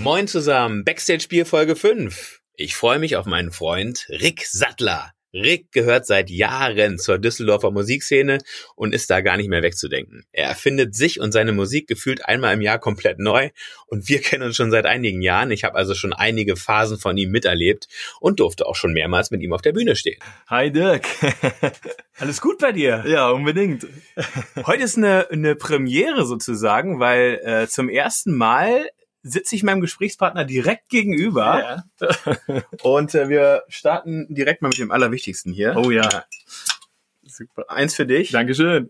Moin zusammen, Backstage-Spiel Folge 5. Ich freue mich auf meinen Freund Rick Sattler. Rick gehört seit Jahren zur Düsseldorfer Musikszene und ist da gar nicht mehr wegzudenken. Er erfindet sich und seine Musik gefühlt einmal im Jahr komplett neu und wir kennen uns schon seit einigen Jahren. Ich habe also schon einige Phasen von ihm miterlebt und durfte auch schon mehrmals mit ihm auf der Bühne stehen. Hi Dirk. Alles gut bei dir? Ja, unbedingt. Heute ist eine Premiere sozusagen, weil zum ersten Mal sitze ich meinem Gesprächspartner direkt gegenüber. Ja. Und wir starten direkt mal mit dem Allerwichtigsten hier. Oh ja. Super. Eins für dich. Dankeschön.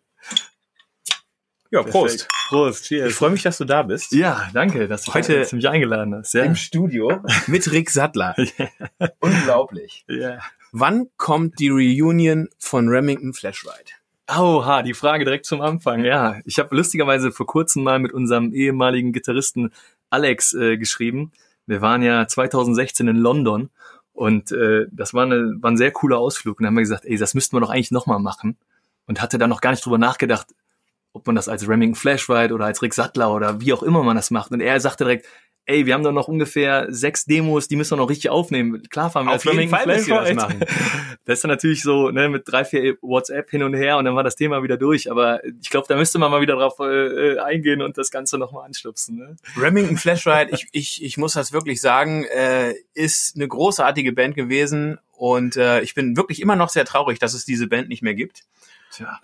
Ja, Prost. Perfekt. Prost, cheers. Ich freue mich, dass du da bist. Ja, danke, dass du Heute mich eingeladen hast. Ja. Im Studio mit Rick Sattler. Unglaublich. Ja. Wann kommt die Reunion von Remington Flashlight? Oha, die Frage direkt zum Anfang. Ja, ich habe lustigerweise vor kurzem mal mit unserem ehemaligen Gitarristen Alex geschrieben. Wir waren ja 2016 in London und das war ein sehr cooler Ausflug. Und dann haben wir gesagt, ey, das müssten wir doch eigentlich nochmal machen. Und hatte dann noch gar nicht drüber nachgedacht, ob man das als Remington Flashlight oder als Rick Sattler oder wie auch immer man das macht. Und er sagte direkt, ey, wir haben doch noch ungefähr 6 Demos, die müssen wir noch richtig aufnehmen. Klar fahren wir auf jeden Fall müssen wir das machen. Das ist dann natürlich so, ne, mit 3-4 WhatsApp hin und her und dann war das Thema wieder durch. Aber ich glaube, da müsste man mal wieder drauf eingehen und das Ganze nochmal anstupsen. Ne? Remington Flashlight, ich muss das wirklich sagen, ist eine großartige Band gewesen und ich bin wirklich immer noch sehr traurig, dass es diese Band nicht mehr gibt. Tja.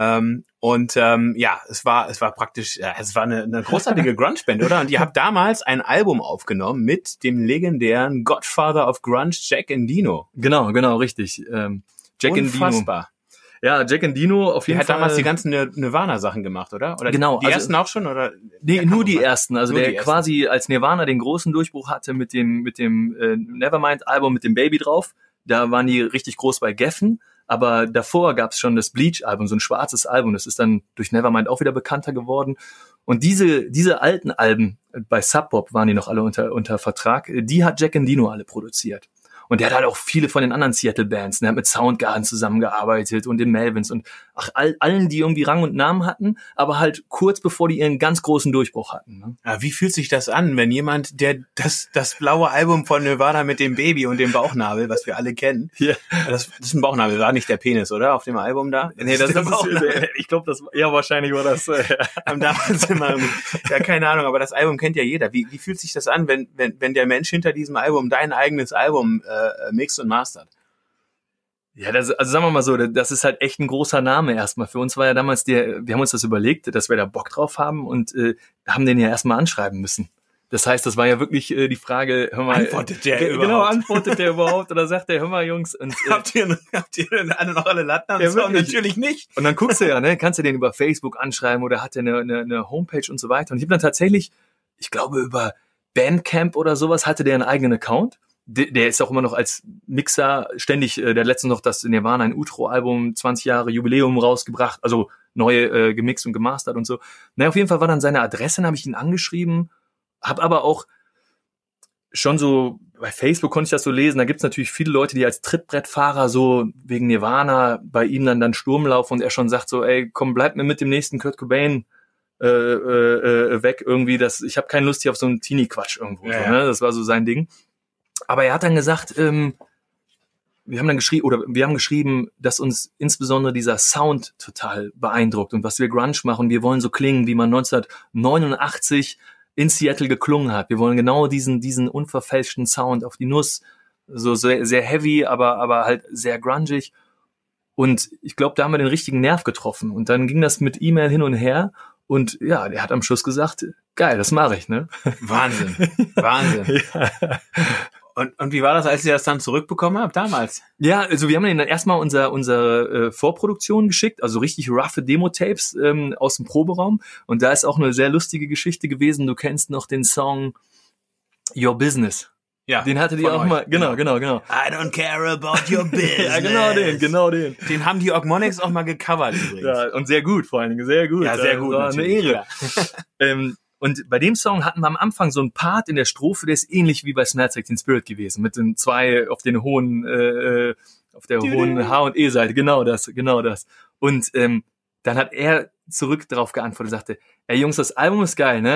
Es war praktisch, es war eine großartige Grunge-Band, oder? Und ihr habt damals ein Album aufgenommen mit dem legendären Godfather of Grunge, Jack Endino. Genau, richtig. Jack Unfassbar. Endino. Ja, Jack Endino auf jeden Fall. Der hat damals die ganzen Nirvana-Sachen gemacht, oder? Oder genau. Die ersten auch schon, oder? Nee, nur die ersten. Also der ersten. Quasi als Nirvana den großen Durchbruch hatte mit dem Nevermind-Album mit dem Baby drauf. Da waren die richtig groß bei Geffen. Aber davor gab's schon das Bleach-Album, so ein schwarzes Album. Das ist dann durch Nevermind auch wieder bekannter geworden. Und diese alten Alben, bei Sub Pop waren die noch alle unter Vertrag, die hat Jack Endino alle produziert. Und der hat halt auch viele von den anderen Seattle-Bands. Der hat mit Soundgarden zusammengearbeitet und den Melvins und allen, die irgendwie Rang und Namen hatten, aber halt kurz bevor die ihren ganz großen Durchbruch hatten. Ne? Ja, wie fühlt sich das an, wenn jemand, der das blaue Album von Nirvana mit dem Baby und dem Bauchnabel, was wir alle kennen, yeah. Das ist ein Bauchnabel, war nicht der Penis, oder? Auf dem Album da? Nee, das ist Bauchnabel. Ich glaube, wahrscheinlich war das. Damals immer, ja, keine Ahnung, aber das Album kennt ja jeder. Wie fühlt sich das an, wenn der Mensch hinter diesem Album dein eigenes Album mixt und mastert? Ja, also sagen wir mal so, das ist halt echt ein großer Name erstmal. Für uns war ja damals wir haben uns das überlegt, dass wir da Bock drauf haben und haben den ja erstmal anschreiben müssen. Das heißt, das war ja wirklich die Frage, hör mal, antwortet der überhaupt? Genau, antwortet der überhaupt? Oder sagt der, hör mal, Jungs. Und, habt ihr noch alle Latten? Ja, natürlich nicht. Und dann guckst du ja, ne, kannst du den über Facebook anschreiben oder hat der eine Homepage und so weiter. Und ich habe dann tatsächlich, ich glaube über Bandcamp oder sowas, hatte der einen eigenen Account. Der ist auch immer noch als Mixer ständig, der hat letztens noch das Nirvana, ein Utro-Album, 20 Jahre Jubiläum rausgebracht, also neu gemixt und gemastert und so. Naja, auf jeden Fall war dann seine Adresse, dann habe ich ihn angeschrieben, habe aber auch schon so, bei Facebook konnte ich das so lesen, da gibt's natürlich viele Leute, die als Trittbrettfahrer so wegen Nirvana bei ihm dann Sturm laufen und er schon sagt so, ey, komm, bleib mir mit dem nächsten Kurt Cobain weg irgendwie, ich habe keine Lust hier auf so einen Teenie-Quatsch irgendwo. Ja. So, ne? Das war so sein Ding. Aber er hat dann gesagt, wir haben geschrieben, dass uns insbesondere dieser Sound total beeindruckt und was wir Grunge machen. Wir wollen so klingen, wie man 1989 in Seattle geklungen hat. Wir wollen genau diesen unverfälschten Sound auf die Nuss, so sehr, sehr heavy, aber halt sehr grungig. Und ich glaube, da haben wir den richtigen Nerv getroffen. Und dann ging das mit E-Mail hin und her. Und ja, der hat am Schluss gesagt, geil, das mache ich, ne? Wahnsinn. Ja. Und wie war das, als ihr das dann zurückbekommen habt damals? Ja, also wir haben denen dann erstmal unsere Vorproduktion geschickt, also richtig roughe Demo-Tapes aus dem Proberaum. Und da ist auch eine sehr lustige Geschichte gewesen. Du kennst noch den Song Your Business. Ja. Den hatte die auch euch. Mal. Genau. I don't care about your business. Ja, genau den. Den haben die Ogmonics auch mal gecovert übrigens. Ja, und sehr gut, vor allen Dingen, sehr gut. Ja, sehr gut. War eine Ehre. Und bei dem Song hatten wir am Anfang so einen Part in der Strophe, der ist ähnlich wie bei Smells Teen Spirit gewesen, mit den 2 auf den hohen, auf der hohen H- und E-Seite, genau das. Und dann hat er zurück darauf geantwortet und sagte, ey Jungs, das Album ist geil, ne?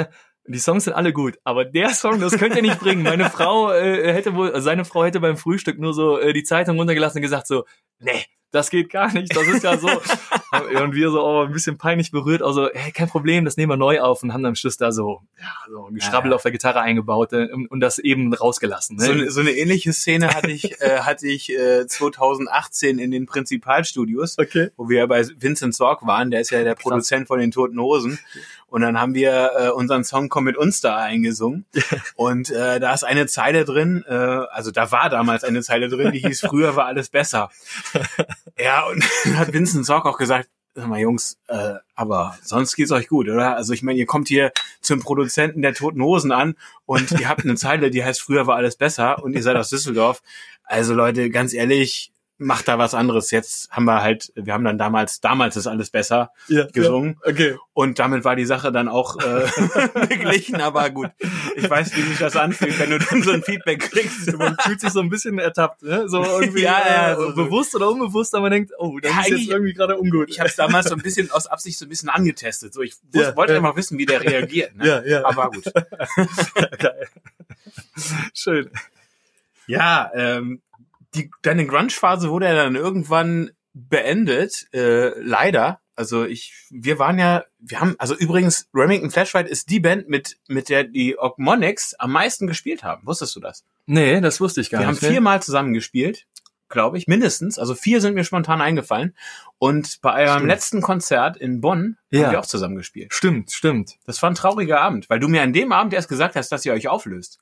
Die Songs sind alle gut, aber der Song, das könnt ihr nicht bringen. Meine Frau seine Frau hätte beim Frühstück nur so die Zeitung runtergelassen und gesagt so, nee, das geht gar nicht, das ist ja so. Und wir so ein bisschen peinlich berührt, also hey, kein Problem, das nehmen wir neu auf und haben dann am Schluss da so ein Geschrabbel auf der Gitarre eingebaut und das eben rausgelassen. Ne? So eine ähnliche Szene hatte ich 2018 in den Prinzipalstudios, wo wir bei Vincent Sorg waren, der ist ja der Produzent von den Toten Hosen. Und dann haben wir unseren Song Komm mit uns da eingesungen. Und da ist eine Zeile drin, also da war damals eine Zeile drin, die hieß, früher war alles besser. Ja, und dann hat Vincent Sorg auch gesagt, sag mal Jungs, aber sonst geht's euch gut, oder? Also ich meine, ihr kommt hier zum Produzenten der Toten Hosen an und ihr habt eine Zeile, die heißt, früher war alles besser und ihr seid aus Düsseldorf. Also Leute, ganz ehrlich, macht da was anderes. Jetzt haben wir haben dann damals ist alles besser gesungen. Ja, okay. Und damit war die Sache dann auch beglichen, aber gut. Ich weiß, wie sich das anfühlt, wenn du dann so ein Feedback kriegst. Man fühlt sich so ein bisschen ertappt, ne? So irgendwie so bewusst oder unbewusst, aber man denkt, oh, das ist jetzt irgendwie gerade ungut. Ich habe es damals so ein bisschen aus Absicht so ein bisschen angetestet. So, ich wollte einfach wissen, wie der reagiert. Ne? Ja. Aber gut. Geil. Schön. Ja, deine Grunge-Phase wurde ja dann irgendwann beendet, leider. Also übrigens, Remington Flashlight ist die Band, mit der die Ogmonics am meisten gespielt haben. Wusstest du das? Nee, das wusste ich gar nicht. Wir haben 4-mal zusammen gespielt, glaube ich, mindestens. Also 4 sind mir spontan eingefallen. Und bei eurem letzten Konzert in Bonn haben wir auch zusammen gespielt. Stimmt. Das war ein trauriger Abend, weil du mir an dem Abend erst gesagt hast, dass ihr euch auflöst.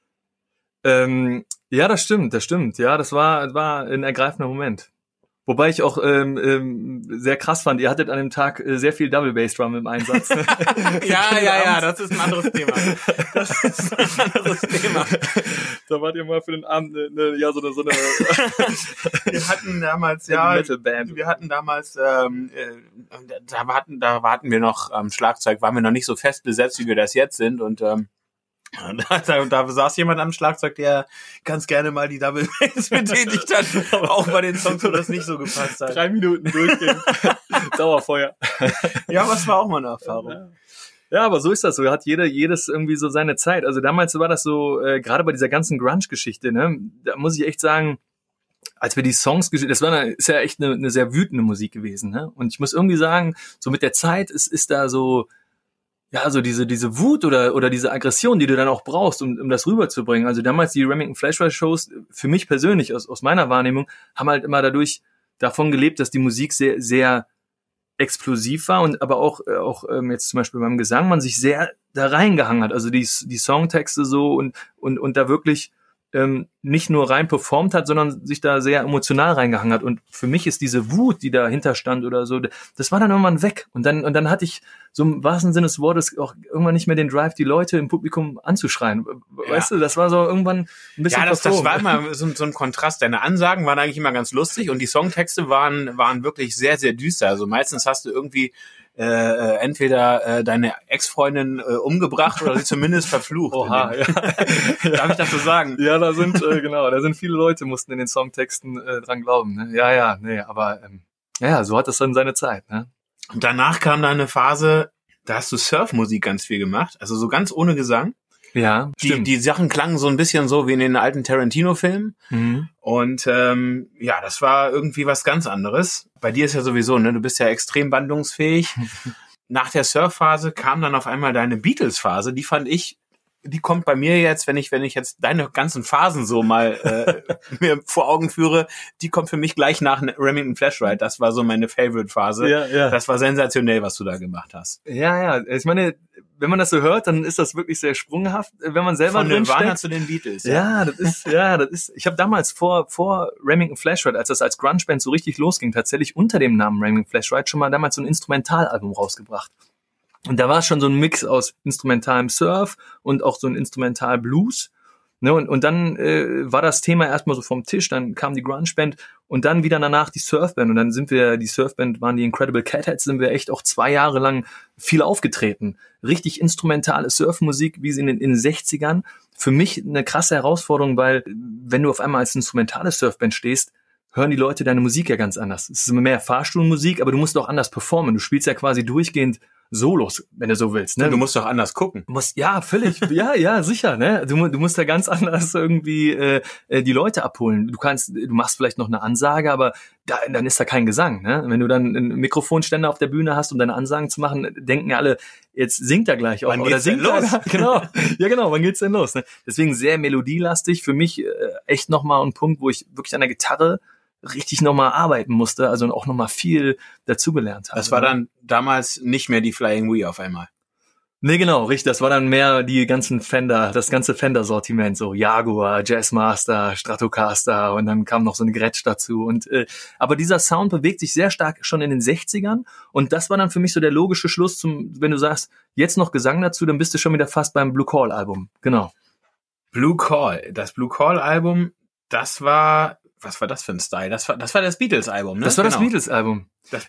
Ja, das stimmt. Ja, das war ein ergreifender Moment. Wobei ich auch sehr krass fand, ihr hattet an dem Tag sehr viel Double Bass Drum im Einsatz. Ja, das ist ein anderes Thema. Da wart ihr mal für den Abend so eine wir hatten damals Metal-Band. Wir hatten damals da hatten wir noch am Schlagzeug, waren wir noch nicht so fest besetzt, wie wir das jetzt sind und da saß jemand am Schlagzeug, der ganz gerne mal die Double Bass betätigt hat, auch bei den Songs, wo das nicht so gepasst hat. 3 Minuten durchgehen. Dauerfeuer. Ja, aber es war auch mal eine Erfahrung. Ja, aber so ist das so. Hat jedes irgendwie so seine Zeit. Also damals war das so, gerade bei dieser ganzen Grunge-Geschichte, ne, da muss ich echt sagen, als wir die Songs ist ja echt eine sehr wütende Musik gewesen, ne? Und ich muss irgendwie sagen, so mit der Zeit ist da so, ja, so diese Wut oder diese Aggression, die du dann auch brauchst, um das rüberzubringen. Also damals die Remington Flashlight Shows, für mich persönlich, aus meiner Wahrnehmung, haben halt immer davon gelebt, dass die Musik sehr, sehr explosiv war und aber auch jetzt zum Beispiel beim Gesang man sich sehr da reingehangen hat. Also die Songtexte so und da wirklich nicht nur rein performt hat, sondern sich da sehr emotional reingehangen hat. Und für mich ist diese Wut, die dahinter stand oder so, das war dann irgendwann weg. Und dann hatte ich so im wahrsten Sinne des Wortes auch irgendwann nicht mehr den Drive, die Leute im Publikum anzuschreien. Weißt du, das war so irgendwann ein bisschen das war immer so ein Kontrast. Deine Ansagen waren eigentlich immer ganz lustig und die Songtexte waren wirklich sehr, sehr düster. Also meistens hast du irgendwie entweder deine Ex-Freundin umgebracht oder sie zumindest verflucht. Oha, ja. Darf ich das so sagen? Ja, da sind viele Leute, mussten in den Songtexten dran glauben. Ne? Aber so hat das dann seine Zeit. Ne? Und danach kam da eine Phase, da hast du Surfmusik ganz viel gemacht, also so ganz ohne Gesang. Ja, stimmt. Die Sachen klangen so ein bisschen so wie in den alten Tarantino-Filmen. Mhm. Und das war irgendwie was ganz anderes. Bei dir ist ja sowieso, ne, du bist ja extrem wandlungsfähig. Nach der Surf-Phase kam dann auf einmal deine Beatles-Phase. Die fand ich, die kommt bei mir jetzt, wenn ich jetzt deine ganzen Phasen so mal mir vor Augen führe, die kommt für mich gleich nach Remington Flashlight. Das war so meine Favorite-Phase. Ja. Das war sensationell, was du da gemacht hast. Ja. Ich meine, wenn man das so hört, dann ist das wirklich sehr sprunghaft, wenn man selber drin steckt. Von Nirvana zu den Beatles. Das ist. Ich habe damals vor Remington Flashlight, als das als Grunge-Band so richtig losging, tatsächlich unter dem Namen Remington Flashlight schon mal damals so ein Instrumentalalbum rausgebracht. Und da war es schon so ein Mix aus instrumentalem Surf und auch so ein Instrumental Blues. Ne, und dann war das Thema erstmal so vom Tisch, dann kam die Grunge-Band und dann wieder danach die Surfband. Und dann die Surfband waren die Incredible Catheads, sind wir echt auch 2 Jahre lang viel aufgetreten. Richtig instrumentale Surfmusik, wie sie in den 60ern. Für mich eine krasse Herausforderung, weil wenn du auf einmal als instrumentale Surfband stehst, hören die Leute deine Musik ja ganz anders. Es ist mehr Fahrstuhlmusik, aber du musst auch anders performen. Du spielst ja quasi durchgehend Solos, wenn du so willst. Ne? Du musst doch anders gucken. Ja, völlig, ja, sicher. Ne? Du musst da ganz anders irgendwie die Leute abholen. Du machst vielleicht noch eine Ansage, aber dann ist da kein Gesang. Ne? Wenn du dann einen Mikrofonständer auf der Bühne hast, um deine Ansagen zu machen, denken ja alle, jetzt singt er gleich auch. Wann geht's denn los? Genau, ja genau, wann geht's denn los? Ne? Deswegen sehr melodielastig. Für mich echt nochmal ein Punkt, wo ich wirklich an der Gitarre richtig nochmal arbeiten musste, also auch nochmal viel dazugelernt habe. Das war dann damals nicht mehr die Flying Wii auf einmal. Nee, genau, richtig. Das war dann mehr das ganze Fender-Sortiment, so Jaguar, Jazzmaster, Stratocaster und dann kam noch so eine Gretsch dazu. Aber dieser Sound bewegt sich sehr stark schon in den 60ern und das war dann für mich so der logische Schluss wenn du sagst, jetzt noch Gesang dazu, dann bist du schon wieder fast beim Blue Call-Album. Genau. Blue Call. Das Blue Call-Album, das war... Was war das für ein Style? Das war das Beatles-Album, ne? Das war das Beatles-Album.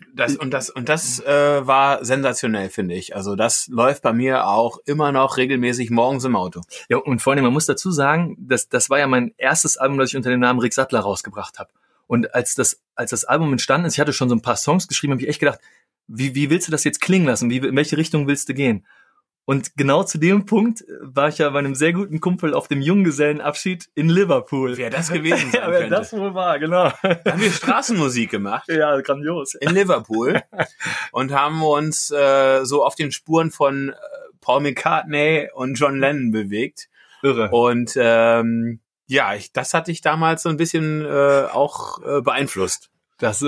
Das war sensationell, finde ich. Also das läuft bei mir auch immer noch regelmäßig morgens im Auto. Ja, und vor allem, man muss dazu sagen, das war ja mein erstes Album, das ich unter dem Namen Rick Sattler rausgebracht habe. Und als das Album entstanden ist, ich hatte schon so ein paar Songs geschrieben, habe ich echt gedacht, wie willst du das jetzt klingen lassen? In welche Richtung willst du gehen? Und genau zu dem Punkt war ich ja bei einem sehr guten Kumpel auf dem Junggesellenabschied in Liverpool. Wer das gewesen sein ja, wer könnte. das wohl war, genau. Da haben wir Straßenmusik gemacht. Ja, grandios. In Liverpool. Und haben uns so auf den Spuren von Paul McCartney und John Lennon bewegt. Irre. Und das hat dich damals so ein bisschen auch beeinflusst. Das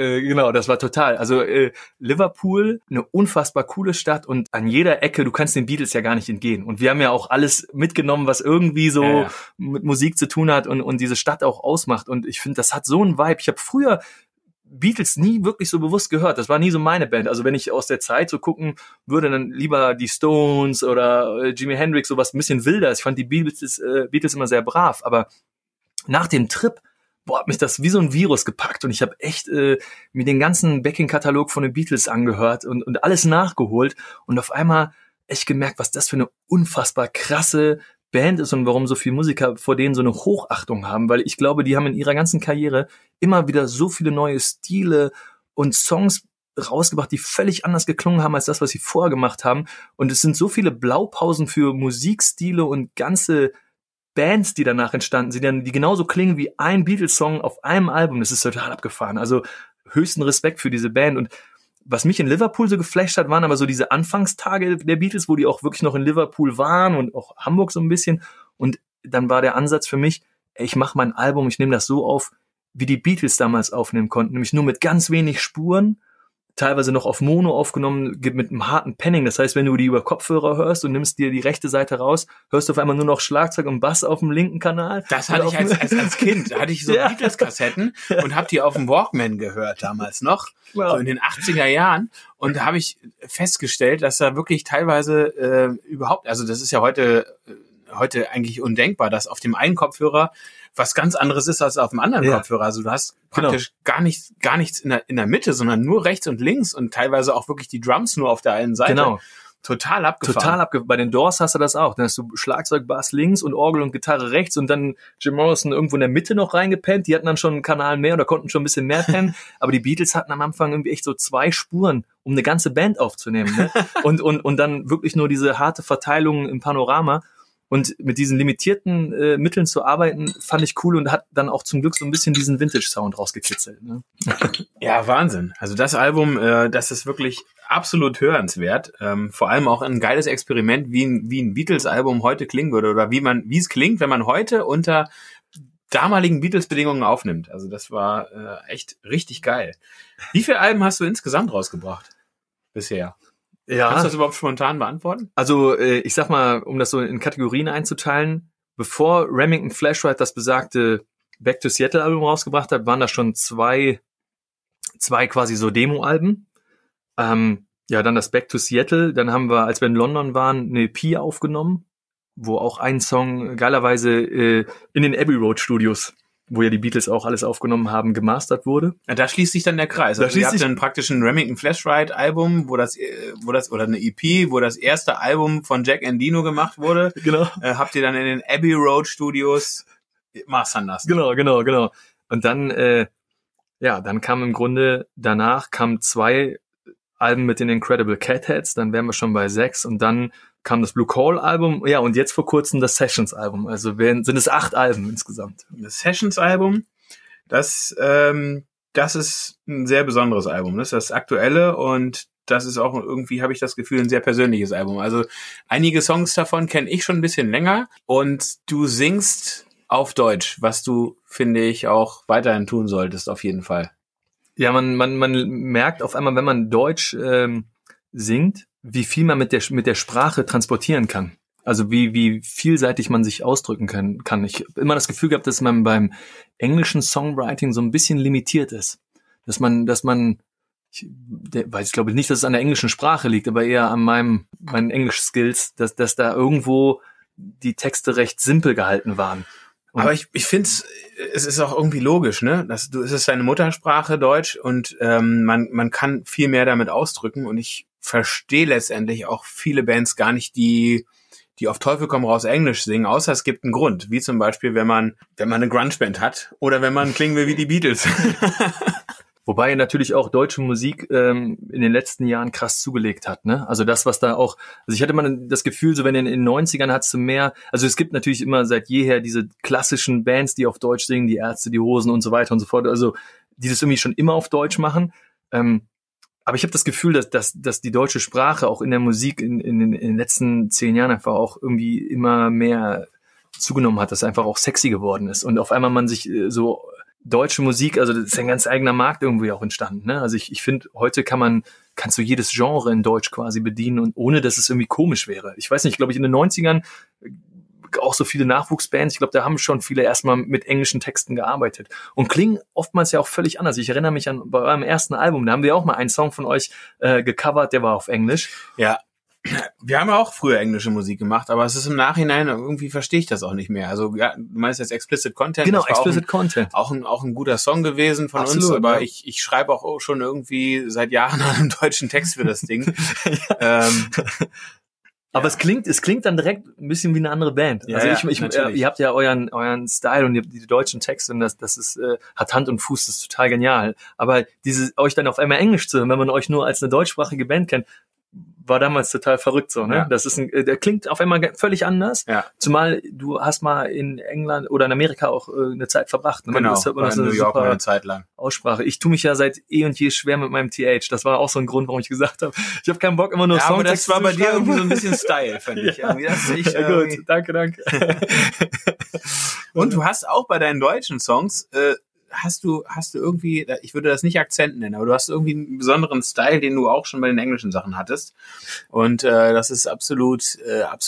war total. Also Liverpool, eine unfassbar coole Stadt und an jeder Ecke, du kannst den Beatles ja gar nicht entgehen. Und wir haben ja auch alles mitgenommen, was irgendwie so mit Musik zu tun hat und diese Stadt auch ausmacht. Und ich finde, das hat so einen Vibe. Ich habe früher Beatles nie wirklich so bewusst gehört. Das war nie so meine Band. Also wenn ich aus der Zeit so gucken würde, dann lieber die Stones oder Jimi Hendrix, sowas ein bisschen wilder. Ich fand die Beatles immer sehr brav. Aber nach dem Trip hat mich das wie so ein Virus gepackt und ich habe echt mir den ganzen Backing-Katalog von den Beatles angehört und alles nachgeholt und auf einmal echt gemerkt, was das für eine unfassbar krasse Band ist und warum so viele Musiker vor denen so eine Hochachtung haben, weil ich glaube, die haben in ihrer ganzen Karriere immer wieder so viele neue Stile und Songs rausgebracht, die völlig anders geklungen haben als das, was sie vorher gemacht haben und es sind so viele Blaupausen für Musikstile und ganze Bands, die danach entstanden sind, die genauso klingen wie ein Beatles-Song auf einem Album. Das ist total abgefahren. Also höchsten Respekt für diese Band. Und was mich in Liverpool so geflasht hat, waren aber so diese Anfangstage der Beatles, wo die auch wirklich noch in Liverpool waren und auch Hamburg so ein bisschen. Und dann war der Ansatz für mich, ich mache mein Album, ich nehme das so auf, wie die Beatles damals aufnehmen konnten. Nämlich nur mit ganz wenig Spuren, teilweise noch auf Mono aufgenommen, mit einem harten Panning. Das heißt, wenn du die über Kopfhörer hörst und nimmst dir die rechte Seite raus, hörst du auf einmal nur noch Schlagzeug und Bass auf dem linken Kanal. Das hatte ich als Kind. Da hatte ich so Beatles-Kassetten und habe die auf dem Walkman gehört damals noch, so in den 80er Jahren. Und da habe ich festgestellt, dass da wirklich teilweise überhaupt, also das ist ja heute eigentlich undenkbar, dass auf dem einen Kopfhörer was ganz anderes ist als auf dem anderen Kopfhörer. Also du hast praktisch gar nichts in der Mitte, sondern nur rechts und links und teilweise auch wirklich die Drums nur auf der einen Seite. Genau. Total abgefahren. Bei den Doors hast du das auch. Dann hast du Schlagzeug, Bass links und Orgel und Gitarre rechts und dann Jim Morrison irgendwo in der Mitte noch reingepennt. Die hatten dann schon einen Kanal mehr oder konnten schon ein bisschen mehr pennen. Aber die Beatles hatten am Anfang irgendwie echt so 2 Spuren, um eine ganze Band aufzunehmen. Ne? und dann wirklich nur diese harte Verteilung im Panorama. Und mit diesen limitierten Mitteln zu arbeiten, fand ich cool und hat dann auch zum Glück so ein bisschen diesen Vintage-Sound rausgekitzelt. Ne? Ja, Wahnsinn. Also das Album, das ist wirklich absolut hörenswert. Vor allem auch ein geiles Experiment, wie ein Beatles-Album heute klingen würde oder wie es klingt, wenn man heute unter damaligen Beatles-Bedingungen aufnimmt. Also das war echt richtig geil. Wie viele Alben hast du insgesamt rausgebracht bisher? Ja. Kannst du das überhaupt spontan beantworten? Also ich sag mal, um das so in Kategorien einzuteilen, bevor Remington Flashlight das besagte Back to Seattle Album rausgebracht hat, waren da schon zwei quasi so Demo-Alben. Dann das Back to Seattle, dann haben wir, als wir in London waren, eine EP aufgenommen, wo auch ein Song geilerweise in den Abbey Road Studios, wo ja die Beatles auch alles aufgenommen haben, gemastert wurde. Ja, da schließt sich dann der Kreis. Also ihr habt dann praktisch ein Remington Flashlight Album, wo das oder eine EP, wo das erste Album von Jack Endino gemacht wurde. Genau. Habt ihr dann in den Abbey Road Studios mastern lassen. Genau. Und dann, dann kam im Grunde danach 2 Alben mit den Incredible Catheads, dann wären wir schon bei 6 und dann kam das Blue Call Album, ja, und jetzt vor kurzem das Sessions Album. Also sind es 8 Alben insgesamt. Das Sessions Album, das ist ein sehr besonderes Album. Das ist das aktuelle und das ist auch irgendwie, habe ich das Gefühl, ein sehr persönliches Album. Also einige Songs davon kenne ich schon ein bisschen länger und du singst auf Deutsch, was du, finde ich, auch weiterhin tun solltest, auf jeden Fall. Ja, man merkt auf einmal, wenn man Deutsch singt, wie viel man mit der Sprache transportieren kann. Also wie vielseitig man sich ausdrücken kann. Ich habe immer das Gefühl gehabt, dass man beim englischen Songwriting so ein bisschen limitiert ist. Dass man ich weiß, glaube ich nicht, dass es an der englischen Sprache liegt, aber eher an meinen Englisch-Skills, dass da irgendwo die Texte recht simpel gehalten waren. Und aber ich finde es ist auch irgendwie logisch, ne? Es ist deine Muttersprache Deutsch und man kann viel mehr damit ausdrücken und ich verstehe letztendlich auch viele Bands gar nicht, die auf Teufel komm raus Englisch singen, außer es gibt einen Grund, wie zum Beispiel, wenn man eine Grunge-Band hat oder wenn man klingen will wie die Beatles. Wobei natürlich auch deutsche Musik in den letzten Jahren krass zugelegt hat, ne? Also das, was da auch, also ich hatte mal das Gefühl, so wenn in den 90ern hattest du mehr, also es gibt natürlich immer seit jeher diese klassischen Bands, die auf Deutsch singen, die Ärzte, die Hosen und so weiter und so fort, also die das irgendwie schon immer auf Deutsch machen. Aber ich habe das Gefühl, dass die deutsche Sprache auch in der Musik in den letzten 10 Jahren einfach auch irgendwie immer mehr zugenommen hat, dass einfach auch sexy geworden ist und auf einmal man sich so deutsche Musik, also das ist ein ganz eigener Markt irgendwie auch entstanden, ne? Also ich finde, heute kannst du jedes Genre in Deutsch quasi bedienen und ohne, dass es irgendwie komisch wäre. Ich weiß nicht, glaube ich, in den 90ern auch so viele Nachwuchsbands, ich glaube, da haben schon viele erstmal mit englischen Texten gearbeitet und klingen oftmals ja auch völlig anders. Ich erinnere mich bei eurem ersten Album, da haben wir auch mal einen Song von euch gecovert, der war auf Englisch. Ja. Wir haben ja auch früher englische Musik gemacht, aber es ist im Nachhinein, irgendwie verstehe ich das auch nicht mehr. Also ja, du meinst jetzt Explicit Content. Genau, Explicit Content. Auch ein guter Song gewesen von Absolut, uns, aber ja. ich schreibe auch schon irgendwie seit Jahren an einem deutschen Text für das Ding. Aber es klingt dann direkt ein bisschen wie eine andere Band. Ja, also ihr habt ja euren Style und die deutschen Texte und das ist hat Hand und Fuß, das ist total genial. Aber euch dann auf einmal Englisch zu hören, wenn man euch nur als eine deutschsprachige Band kennt, war damals total verrückt so, ne? Ja. Das ist der klingt auf einmal völlig anders. Ja. Zumal du hast mal in England oder in Amerika auch eine Zeit verbracht. Genau, das hört man in New York eine Zeit lang. Aussprache. Ich tue mich ja seit eh und je schwer mit meinem TH. Das war auch so ein Grund, warum ich gesagt habe, ich habe keinen Bock immer nur Songtext. Aber das war bei dir irgendwie so ein bisschen Style, fand ich. Ja. Gut, danke. Und du hast auch bei deinen deutschen Songs hast du irgendwie, ich würde das nicht Akzent nennen, aber du hast irgendwie einen besonderen Style, den du auch schon bei den englischen Sachen hattest. Und das ist absolut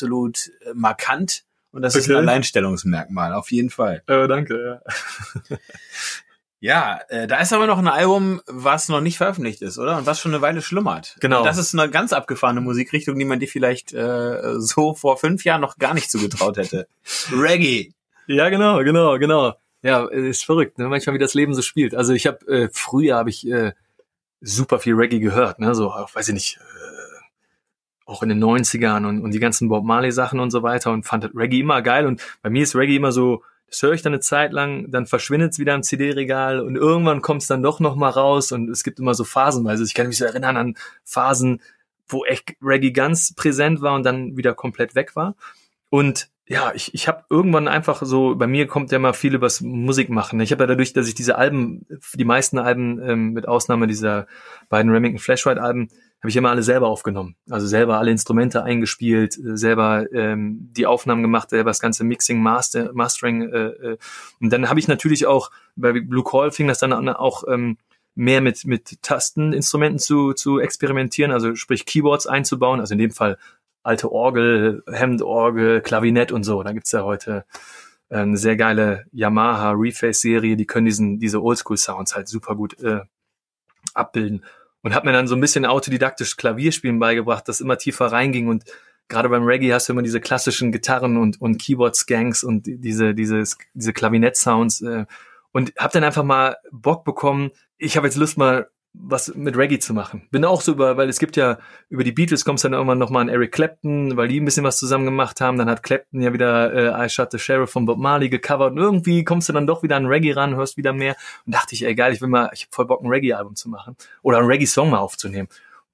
markant und das ist ein Alleinstellungsmerkmal, auf jeden Fall. Danke, ja. Ja, da ist aber noch ein Album, was noch nicht veröffentlicht ist, oder? Und was schon eine Weile schlummert. Genau. Und das ist eine ganz abgefahrene Musikrichtung, die man dir vielleicht so vor 5 Jahren noch gar nicht zugetraut hätte. Reggae. Ja, genau. Ja, ist verrückt, ne? Manchmal wie das Leben so spielt. Also ich habe früher habe ich super viel Reggae gehört, ne? So, weiß ich nicht, auch in den 90ern und die ganzen Bob Marley Sachen und so weiter und fand Reggae immer geil und bei mir ist Reggae immer so, das höre ich dann eine Zeit lang, dann verschwindet es wieder im CD-Regal und irgendwann kommt es dann doch noch mal raus und es gibt immer so phasenweise. Ich kann mich so erinnern an Phasen, wo echt Reggae ganz präsent war und dann wieder komplett weg war. Und ja, ich habe irgendwann einfach so, bei mir kommt ja mal viel übers Musik machen. Ich habe ja dadurch, dass ich diese Alben, die meisten Alben, mit Ausnahme dieser beiden Remington Flashlight Alben, habe ich immer alle selber aufgenommen. Also selber alle Instrumente eingespielt, selber die Aufnahmen gemacht, selber das ganze Mixing, Mastering. Und dann habe ich natürlich auch, bei Blue Call fing das dann an, auch mehr mit Tasteninstrumenten zu experimentieren, also sprich Keyboards einzubauen, also in dem Fall alte Orgel, Hemdorgel, Klavinett und so. Da gibt's ja heute eine sehr geile Yamaha Reface-Serie, die können diese Oldschool-Sounds halt super gut abbilden. Und habe mir dann so ein bisschen autodidaktisch Klavierspielen beigebracht, das immer tiefer reinging. Und gerade beim Reggae hast du immer diese klassischen Gitarren und Keyboard-Skanks und diese Klavinett-Sounds. Und habe dann einfach mal Bock bekommen, ich habe jetzt Lust mal was mit Reggae zu machen. Bin auch so weil es gibt ja, über die Beatles kommst dann irgendwann nochmal an Eric Clapton, weil die ein bisschen was zusammen gemacht haben. Dann hat Clapton ja wieder I Shot the Sheriff von Bob Marley gecovert und irgendwie kommst du dann doch wieder an Reggae ran, hörst wieder mehr und dachte ich, ey geil, ich habe voll Bock, ein Reggae-Album zu machen oder einen Reggae-Song mal aufzunehmen.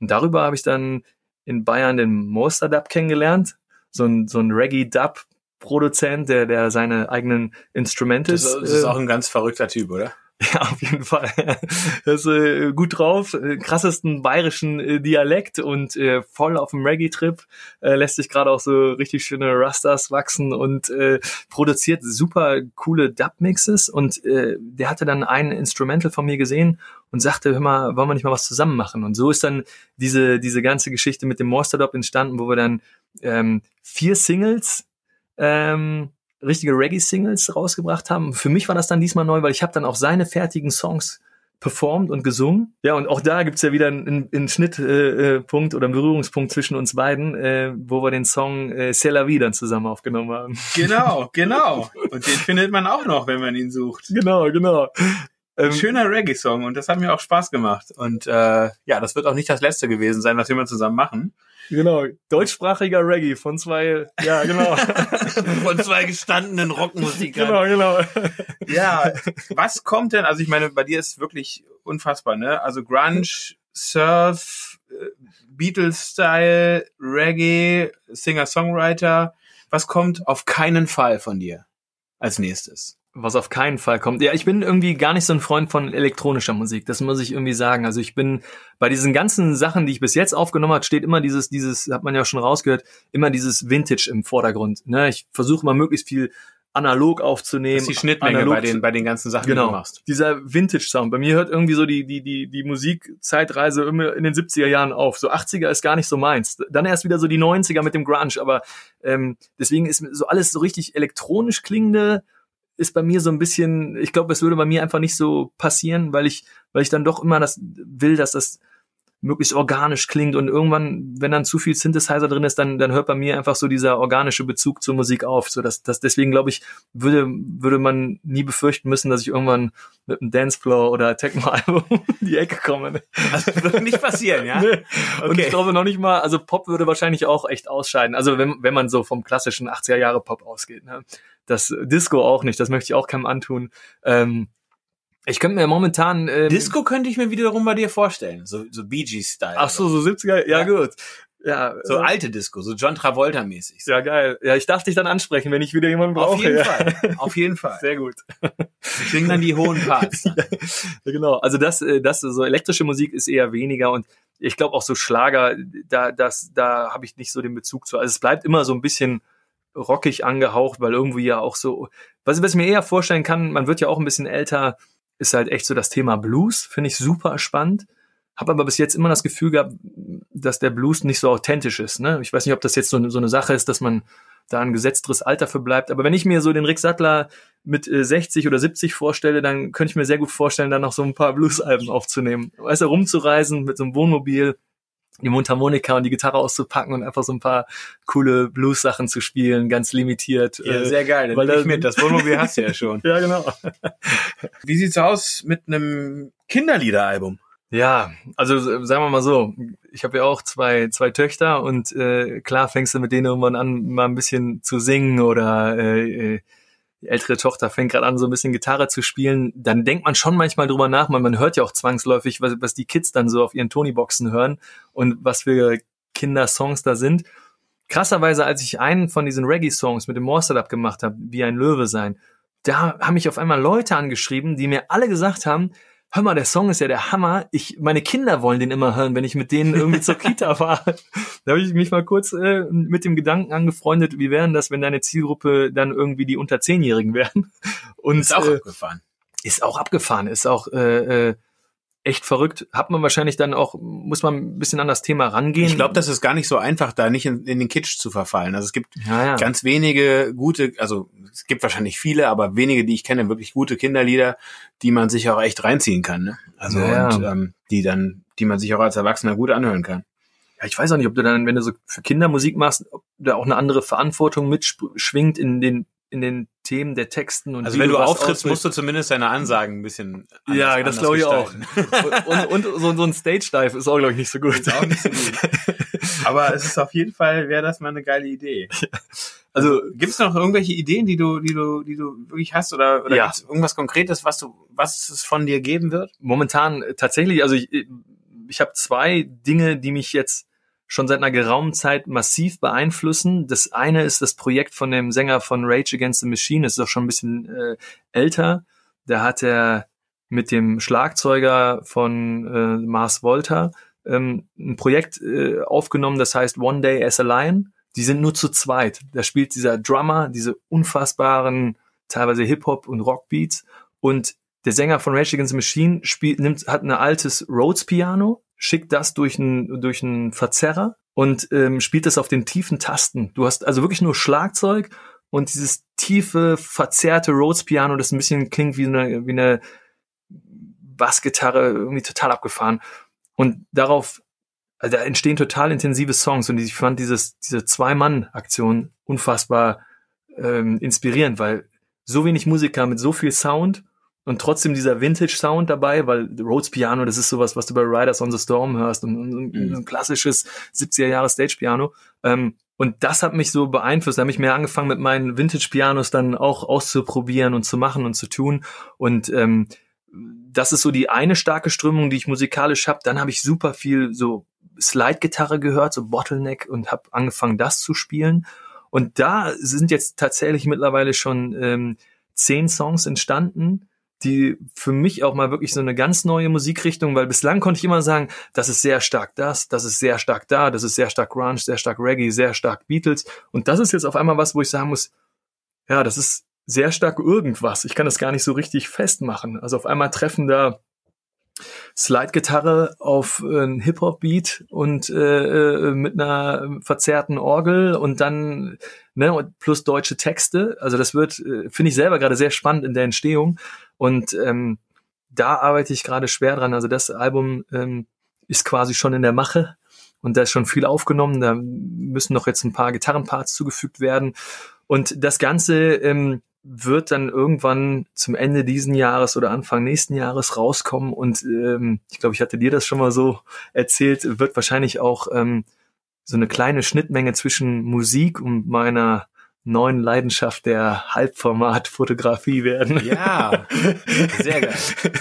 Und darüber habe ich dann in Bayern den Mosterdub kennengelernt, so ein Reggae-Dub-Produzent, der seine eigenen Instrumentals... Das ist auch ein ganz verrückter Typ, oder? Ja, auf jeden Fall. Das ist gut drauf, krassesten bayerischen Dialekt und voll auf dem Reggae-Trip, lässt sich gerade auch so richtig schöne Rastas wachsen und produziert super coole Dub-Mixes und der hatte dann ein Instrumental von mir gesehen und sagte, hör mal, wollen wir nicht mal was zusammen machen? Und so ist dann diese ganze Geschichte mit dem Mosterdub entstanden, wo wir dann 4 Singles richtige Reggae-Singles rausgebracht haben. Für mich war das dann diesmal neu, weil ich habe dann auch seine fertigen Songs performt und gesungen. Ja, und auch da gibt's ja wieder einen Schnittpunkt oder einen Berührungspunkt zwischen uns beiden, wo wir den Song C'est la vie dann zusammen aufgenommen haben. Genau. Und den findet man auch noch, wenn man ihn sucht. Genau. Ein schöner Reggae-Song und das hat mir auch Spaß gemacht. Und das wird auch nicht das letzte gewesen sein, was wir mal zusammen machen. Genau, deutschsprachiger Reggae von 2, ja genau. Von 2 gestandenen Rockmusikern. Genau. Ja, was kommt denn, also ich meine, bei dir ist wirklich unfassbar, ne? Also Grunge, Surf, Beatles-Style, Reggae, Singer-Songwriter. Was kommt auf keinen Fall von dir als nächstes? Was auf keinen Fall kommt. Ja, ich bin irgendwie gar nicht so ein Freund von elektronischer Musik. Das muss ich irgendwie sagen. Also ich bin bei diesen ganzen Sachen, die ich bis jetzt aufgenommen habe, steht immer dieses, hat man ja schon rausgehört, immer dieses Vintage im Vordergrund. Ne? Ich versuche mal möglichst viel analog aufzunehmen. Das ist die Schnittmenge bei den ganzen Sachen, genau, die du machst. Dieser Vintage-Sound. Bei mir hört irgendwie so die Musikzeitreise immer in den 70er Jahren auf. So 80er ist gar nicht so meins. Dann erst wieder so die 90er mit dem Grunge. Aber deswegen ist so alles so richtig elektronisch klingende ist bei mir so ein bisschen, ich glaube, es würde bei mir einfach nicht so passieren, weil ich dann doch immer das will, dass das möglichst organisch klingt und irgendwann, wenn dann zu viel Synthesizer drin ist, dann hört bei mir einfach so dieser organische Bezug zur Musik auf, so dass deswegen glaube ich, würde man nie befürchten müssen, dass ich irgendwann mit einem Dancefloor oder Techno-Album in die Ecke komme. Das wird nicht passieren, ja? Nee. Okay. Und ich glaube noch nicht mal, also Pop würde wahrscheinlich auch echt ausscheiden, also wenn man so vom klassischen 80er Jahre Pop ausgeht, ne? Das Disco auch nicht, das möchte ich auch keinem antun. Ich könnte mir momentan... Disco könnte ich mir wiederum bei dir vorstellen, so Bee Gees-Style. Ach so 70er, ja gut. Ja, so alte Disco, so John Travolta-mäßig. Ja, geil. Ja, ich darf dich dann ansprechen, wenn ich wieder jemanden brauche. Auf jeden Fall. Sehr gut. Ich singe dann die hohen Parts. Ja, genau. Also das so elektrische Musik ist eher weniger und ich glaube auch so Schlager, da habe ich nicht so den Bezug zu. Also es bleibt immer so ein bisschen rockig angehaucht, weil irgendwie ja auch so, was ich mir eher vorstellen kann, man wird ja auch ein bisschen älter, ist halt echt so das Thema Blues, finde ich super spannend. Habe aber bis jetzt immer das Gefühl gehabt, dass der Blues nicht so authentisch ist. Ne? Ich weiß nicht, ob das jetzt so eine Sache ist, dass man da ein gesetzteres Alter für bleibt. Aber wenn ich mir so den Rick Sattler mit 60 oder 70 vorstelle, dann könnte ich mir sehr gut vorstellen, da noch so ein paar Blues-Alben aufzunehmen. Weißt du, rumzureisen mit so einem Wohnmobil, die Mundharmonika und die Gitarre auszupacken und einfach so ein paar coole Blues-Sachen zu spielen, ganz limitiert. Ja, sehr geil. Weil das Wohnmobil hast du ja schon. Ja, genau. Wie sieht's aus mit einem Kinderliederalbum? Ja, also sagen wir mal so, ich habe ja auch zwei Töchter und klar fängst du mit denen irgendwann an, mal ein bisschen zu singen oder die ältere Tochter fängt gerade an, so ein bisschen Gitarre zu spielen, dann denkt man schon manchmal drüber nach, man hört ja auch zwangsläufig, was die Kids dann so auf ihren Tony-Boxen hören und was für Kindersongs da sind. Krasserweise, als ich einen von diesen Reggae-Songs mit dem Mosterdub gemacht habe, Wie ein Löwe sein, da haben mich auf einmal Leute angeschrieben, die mir alle gesagt haben, hör mal, der Song ist ja der Hammer. Meine Kinder wollen den immer hören, wenn ich mit denen irgendwie zur Kita fahre. Da habe ich mich mal kurz mit dem Gedanken angefreundet, wie wären das, wenn deine Zielgruppe dann irgendwie die unter 10-Jährigen wären? Und ist auch abgefahren. Ist auch abgefahren, ist auch echt verrückt. Hat man wahrscheinlich dann auch, muss man ein bisschen an das Thema rangehen. Ich glaube, das ist gar nicht so einfach, da nicht in den Kitsch zu verfallen. Also es gibt ganz wenige gute, also es gibt wahrscheinlich viele, aber wenige, die ich kenne, wirklich gute Kinderlieder, die man sich auch echt reinziehen kann. Ne? Also und die man sich auch als Erwachsener gut anhören kann. Ja, ich weiß auch nicht, ob du dann, wenn du so für Kinder Musik machst, ob da auch eine andere Verantwortung mitschwingt in den Themen der Texten. Und also wenn du auftrittst, musst du zumindest deine Ansagen ein bisschen anders, ja, das glaube ich auch. und so ein Stage-Dive ist auch, glaube ich, nicht so gut. Ist auch nicht so gut. Aber es ist auf jeden Fall, wäre das mal eine geile Idee. Also gibt's noch irgendwelche Ideen, die du wirklich hast oder gibt's irgendwas Konkretes, was es von dir geben wird? Momentan tatsächlich, also ich ich habe zwei Dinge, die mich jetzt schon seit einer geraumen Zeit massiv beeinflussen. Das eine ist das Projekt von dem Sänger von Rage Against the Machine. Das ist auch schon ein bisschen älter. Da hat er mit dem Schlagzeuger von Mars Volta ein Projekt aufgenommen, das heißt One Day as a Lion. Die sind nur zu zweit. Da spielt dieser Drummer diese unfassbaren, teilweise Hip-Hop- und Rockbeats. Und der Sänger von Rage Against the Machine hat ein altes Rhodes-Piano, schickt das durch einen Verzerrer und spielt das auf den tiefen Tasten. Du hast also wirklich nur Schlagzeug und dieses tiefe, verzerrte Rhodes-Piano, das ein bisschen klingt wie eine Bassgitarre, irgendwie total abgefahren. Und darauf, also da entstehen total intensive Songs und ich fand diese Zwei-Mann-Aktion unfassbar inspirierend, weil so wenig Musiker mit so viel Sound und trotzdem dieser Vintage-Sound dabei, weil Rhodes Piano, das ist sowas, was du bei Riders on the Storm hörst und ein klassisches 70er-Jahre-Stage-Piano. Und das hat mich so beeinflusst. Da habe ich mehr angefangen, mit meinen Vintage-Pianos dann auch auszuprobieren und zu machen und zu tun. Und das ist so die eine starke Strömung, die ich musikalisch habe. Dann habe ich super viel so Slide-Gitarre gehört, so Bottleneck, und habe angefangen, das zu spielen. Und da sind jetzt tatsächlich mittlerweile schon 10 Songs entstanden, die für mich auch mal wirklich so eine ganz neue Musikrichtung, weil bislang konnte ich immer sagen, das ist sehr stark das ist sehr stark da, das ist sehr stark Grunge, sehr stark Reggae, sehr stark Beatles. Und das ist jetzt auf einmal was, wo ich sagen muss, ja, das ist sehr stark irgendwas. Ich kann das gar nicht so richtig festmachen. Also auf einmal treffen da Slide-Gitarre auf einen Hip-Hop-Beat und mit einer verzerrten Orgel und dann und plus deutsche Texte. Also das wird, finde ich selber gerade sehr spannend in der Entstehung. Und da arbeite ich gerade schwer dran. Also das Album ist quasi schon in der Mache und da ist schon viel aufgenommen. Da müssen noch jetzt ein paar Gitarrenparts zugefügt werden. Und das Ganze wird dann irgendwann zum Ende diesen Jahres oder Anfang nächsten Jahres rauskommen und ich glaube, ich hatte dir das schon mal so erzählt, wird wahrscheinlich auch so eine kleine Schnittmenge zwischen Musik und meiner neuen Leidenschaft der Halbformatfotografie werden. Ja, sehr geil.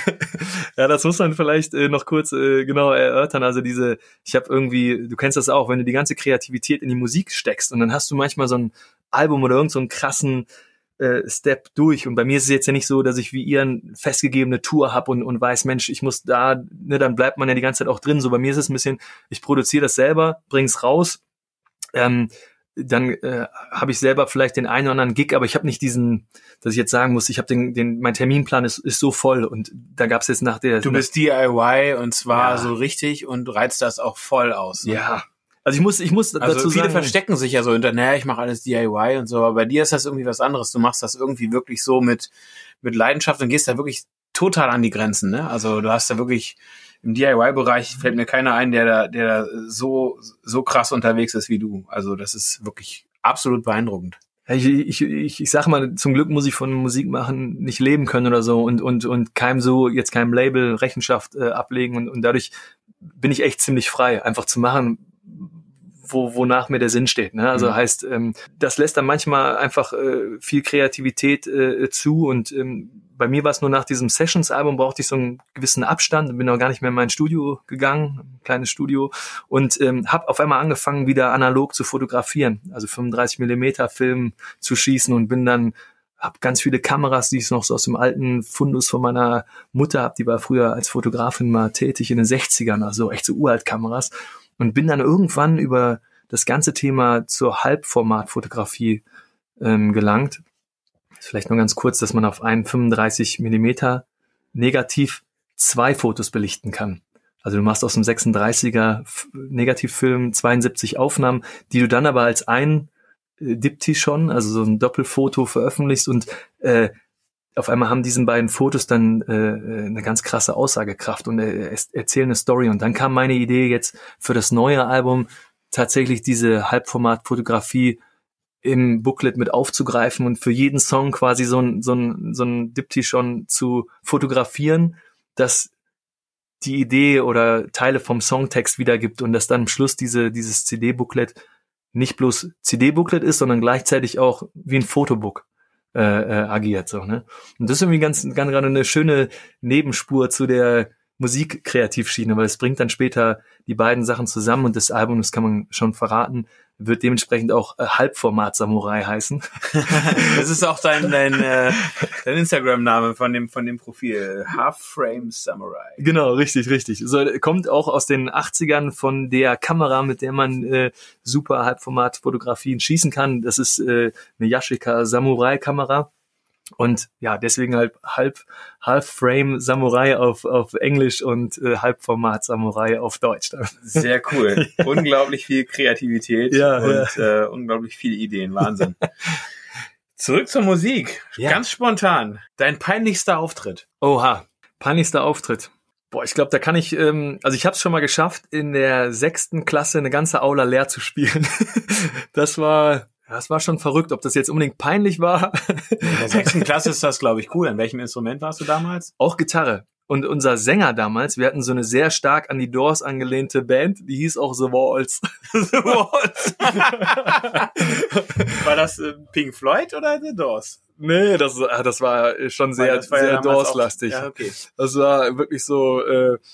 Ja, das muss man vielleicht noch kurz genau erörtern. Also ich habe irgendwie, du kennst das auch, wenn du die ganze Kreativität in die Musik steckst und dann hast du manchmal so ein Album oder irgend so einen krassen Step durch. Und bei mir ist es jetzt ja nicht so, dass ich wie ihr eine festgegebene Tour habe und weiß, Mensch, ich muss da, dann bleibt man ja die ganze Zeit auch drin. So bei mir ist es ein bisschen, ich produziere das selber, bring's raus, dann habe ich selber vielleicht den einen oder anderen Gig, aber ich habe nicht diesen, dass ich jetzt sagen muss, ich habe mein Terminplan ist so voll und da gab's jetzt nach der... Du bist DIY und zwar so richtig und reizt das auch voll aus. Ne? Ja. Also ich muss also dazu viele sagen, verstecken sich ja so hinter, naja, ich mache alles DIY und so, aber bei dir ist das irgendwie was anderes. Du machst das irgendwie wirklich so mit Leidenschaft und gehst da wirklich total an die Grenzen, ne? Also du hast da wirklich im DIY-Bereich fällt mir keiner ein, der da so krass unterwegs ist wie du. Also das ist wirklich absolut beeindruckend. Ich sag mal, zum Glück muss ich von Musik machen nicht leben können oder so und keinem Label Rechenschaft ablegen und dadurch bin ich echt ziemlich frei, einfach zu machen, wonach mir der Sinn steht. Ne? Also heißt, das lässt dann manchmal einfach viel Kreativität zu und bei mir war es nur nach diesem Sessions-Album, brauchte ich so einen gewissen Abstand, bin auch gar nicht mehr in mein Studio gegangen, ein kleines Studio und habe auf einmal angefangen, wieder analog zu fotografieren, also 35mm Film zu schießen und habe ganz viele Kameras, die ich noch so aus dem alten Fundus von meiner Mutter habe, die war früher als Fotografin mal tätig in den 60ern, also echt so Uralt-Kameras. Und bin dann irgendwann über das ganze Thema zur Halbformatfotografie gelangt. Vielleicht nur ganz kurz, dass man auf einen 35mm Negativ 2 Fotos belichten kann. Also du machst aus dem 36er Negativfilm 72 Aufnahmen, die du dann aber als ein Diptychon, also so ein Doppelfoto veröffentlichst und auf einmal haben diesen beiden Fotos dann eine ganz krasse Aussagekraft und erzählen eine Story. Und dann kam meine Idee jetzt für das neue Album tatsächlich diese Halbformat-Fotografie im Booklet mit aufzugreifen und für jeden Song quasi so ein Diptychon zu fotografieren, das die Idee oder Teile vom Songtext wiedergibt und dass dann am Schluss dieses CD-Booklet nicht bloß CD-Booklet ist, sondern gleichzeitig auch wie ein Fotobook agiert, so, ne? Und das ist irgendwie ganz gerade eine schöne Nebenspur zu der Musikkreativschiene, weil es bringt dann später die beiden Sachen zusammen und das Album, das kann man schon verraten, wird dementsprechend auch Halbformat Samurai heißen. Das ist auch dein Instagram-Name von dem Profil. Half Frame Samurai. Genau, richtig. So, kommt auch aus den 80ern von der Kamera, mit der man super Halbformat-Fotografien schießen kann. Das ist eine Yashica Samurai-Kamera. Und ja, deswegen halt Half-Frame Samurai auf Englisch und Halbformat Samurai auf Deutsch. Sehr cool. Ja. Unglaublich viel Kreativität und unglaublich viele Ideen. Wahnsinn. Zurück zur Musik. Ja. Ganz spontan. Dein peinlichster Auftritt. Oha, peinlichster Auftritt. Boah, ich glaube, da kann ich, also ich habe es schon mal geschafft, in der 6. Klasse eine ganze Aula leer zu spielen. Das war schon verrückt, ob das jetzt unbedingt peinlich war. In der 6. Klasse ist das, glaube ich, cool. An welchem Instrument warst du damals? Auch Gitarre. Und unser Sänger damals, wir hatten so eine sehr stark an die Doors angelehnte Band, die hieß auch The Walls. The Walls. War das Pink Floyd oder The Doors? Nee, das war schon sehr Doors-lastig. Ja, okay. Das war wirklich so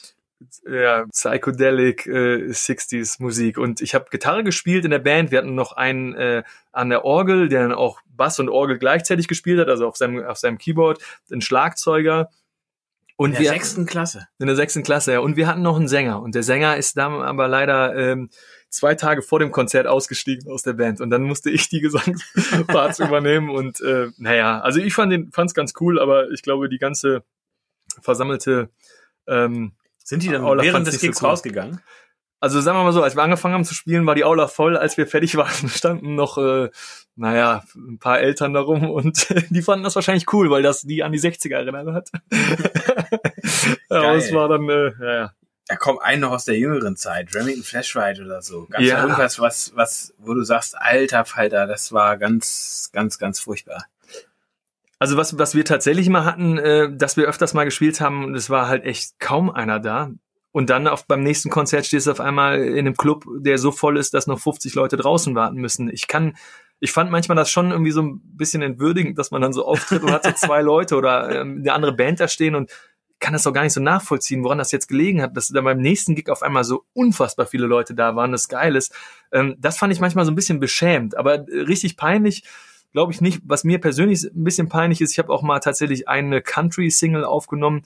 Psychedelic 60s Musik. Und ich habe Gitarre gespielt in der Band. Wir hatten noch einen an der Orgel, der dann auch Bass und Orgel gleichzeitig gespielt hat, also auf seinem Keyboard, einen Schlagzeuger. Und in der 6. Klasse? In der 6. Klasse, ja. Und wir hatten noch einen Sänger. Und der Sänger ist dann aber leider 2 Tage vor dem Konzert ausgestiegen aus der Band. Und dann musste ich die Gesangsparts übernehmen. Und also ich fand's ganz cool, aber ich glaube, die ganze versammelte sind die dann während des Gigs rausgegangen? Also sagen wir mal so, als wir angefangen haben zu spielen, war die Aula voll. Als wir fertig waren, standen noch, ein paar Eltern da rum und die fanden das wahrscheinlich cool, weil das die an die 60er erinnert hat. Aber es war dann, Da kommt einen noch aus der jüngeren Zeit, Remington Flash Ride oder so. Gab's da irgendwas, was, wo du sagst, alter Falter, das war ganz, ganz, ganz furchtbar. Also was wir tatsächlich mal hatten, dass wir öfters mal gespielt haben und es war halt echt kaum einer da. Und dann beim nächsten Konzert stehst du auf einmal in einem Club, der so voll ist, dass noch 50 Leute draußen warten müssen. Ich fand manchmal das schon irgendwie so ein bisschen entwürdigend, dass man dann so auftritt und hat so 2 Leute oder eine andere Band da stehen und kann das auch gar nicht so nachvollziehen, woran das jetzt gelegen hat, dass dann beim nächsten Gig auf einmal so unfassbar viele Leute da waren, das geil ist. Das fand ich manchmal so ein bisschen beschämt, aber richtig peinlich glaube ich nicht. Was mir persönlich ein bisschen peinlich ist, ich habe auch mal tatsächlich eine Country-Single aufgenommen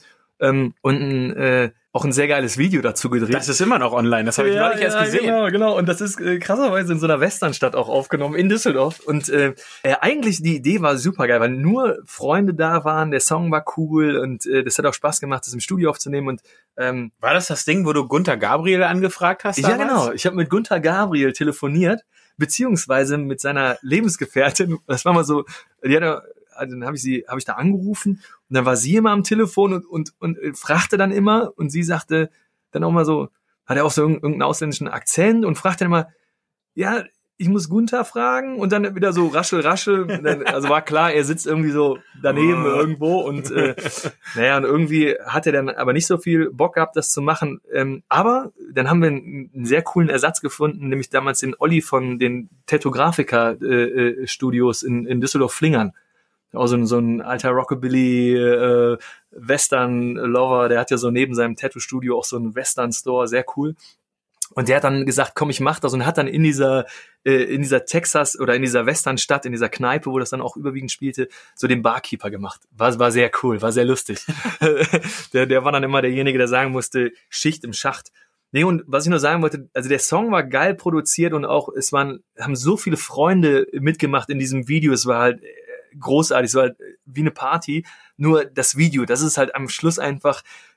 und auch ein sehr geiles Video dazu gedreht. Das ist immer noch online, das habe ich neulich erst gesehen. Genau. Und das ist krasserweise in so einer Westernstadt auch aufgenommen, in Düsseldorf. Und eigentlich die Idee war super geil, weil nur Freunde da waren, der Song war cool und das hat auch Spaß gemacht, das im Studio aufzunehmen. Und war das Ding, wo du Gunther Gabriel angefragt hast damals? Ja, genau. Ich habe mit Gunther Gabriel telefoniert, beziehungsweise mit seiner Lebensgefährtin. Das war mal so, dann habe ich da angerufen und dann war sie immer am Telefon und fragte dann immer und sie sagte dann auch mal so, hat er auch so irgendeinen ausländischen Akzent und fragte dann immer, ja, ich muss Gunther fragen und dann wieder so raschel, also war klar, er sitzt irgendwie so daneben irgendwo und und irgendwie hat er dann aber nicht so viel Bock gehabt, das zu machen, aber dann haben wir einen sehr coolen Ersatz gefunden, nämlich damals den Olli von den Tattoo-Grafiker Studios in Düsseldorf-Flingern. Auch so ein alter Rockabilly Western-Lover, der hat ja so neben seinem Tattoo-Studio auch so einen Western-Store, sehr cool. Und der hat dann gesagt, komm, ich mach das und hat dann in dieser Texas oder in dieser Western-Stadt, in dieser Kneipe, wo das dann auch überwiegend spielte, so den Barkeeper gemacht. War sehr cool, war sehr lustig. Der war dann immer derjenige, der sagen musste, Schicht im Schacht. Nee, und was ich nur sagen wollte, also der Song war geil produziert und auch haben so viele Freunde mitgemacht in diesem Video, es war halt großartig, es war halt wie eine Party, nur das Video, das ist halt am Schluss einfach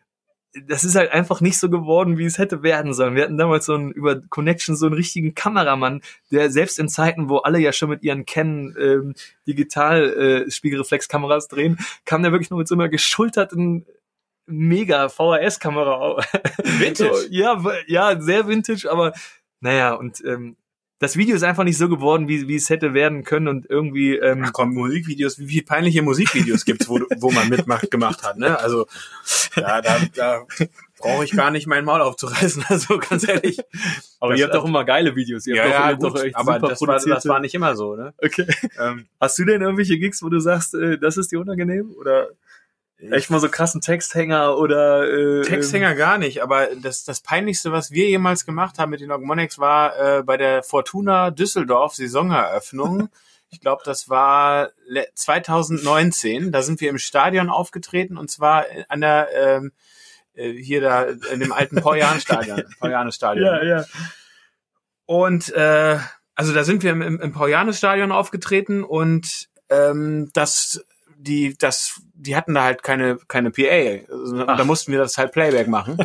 nicht so geworden, wie es hätte werden sollen. Wir hatten damals über Connection so einen richtigen Kameramann, der selbst in Zeiten, wo alle ja schon mit ihren Canon Digital-Spiegelreflexkameras drehen, kam der wirklich nur mit so einer geschulterten mega VHS-Kamera. Vintage? So, ja, sehr vintage, aber naja, und das Video ist einfach nicht so geworden, wie es hätte werden können und irgendwie... Ach komm, Musikvideos, wie viele peinliche Musikvideos gibt's, wo man gemacht hat, ne? Also, ja, da brauche ich gar nicht mein Maul aufzureißen, also ganz ehrlich. Aber ihr habt doch immer geile Videos. Ihr habt doch echt aber das war nicht immer so, ne? Okay. Hast du denn irgendwelche Gigs, wo du sagst, das ist dir unangenehm, oder... Echt mal so krassen Texthänger oder Texthänger gar nicht, aber das Peinlichste, was wir jemals gemacht haben mit den Ogmonics, war bei der Fortuna Düsseldorf Saisoneröffnung. Ich glaube, das war 2019. Da sind wir im Stadion aufgetreten und zwar an der hier da in dem alten Paulianestadion. Ja. Und also da sind wir im Paulianestadion aufgetreten und die hatten da halt keine PA. Also, da mussten wir das halt Playback machen.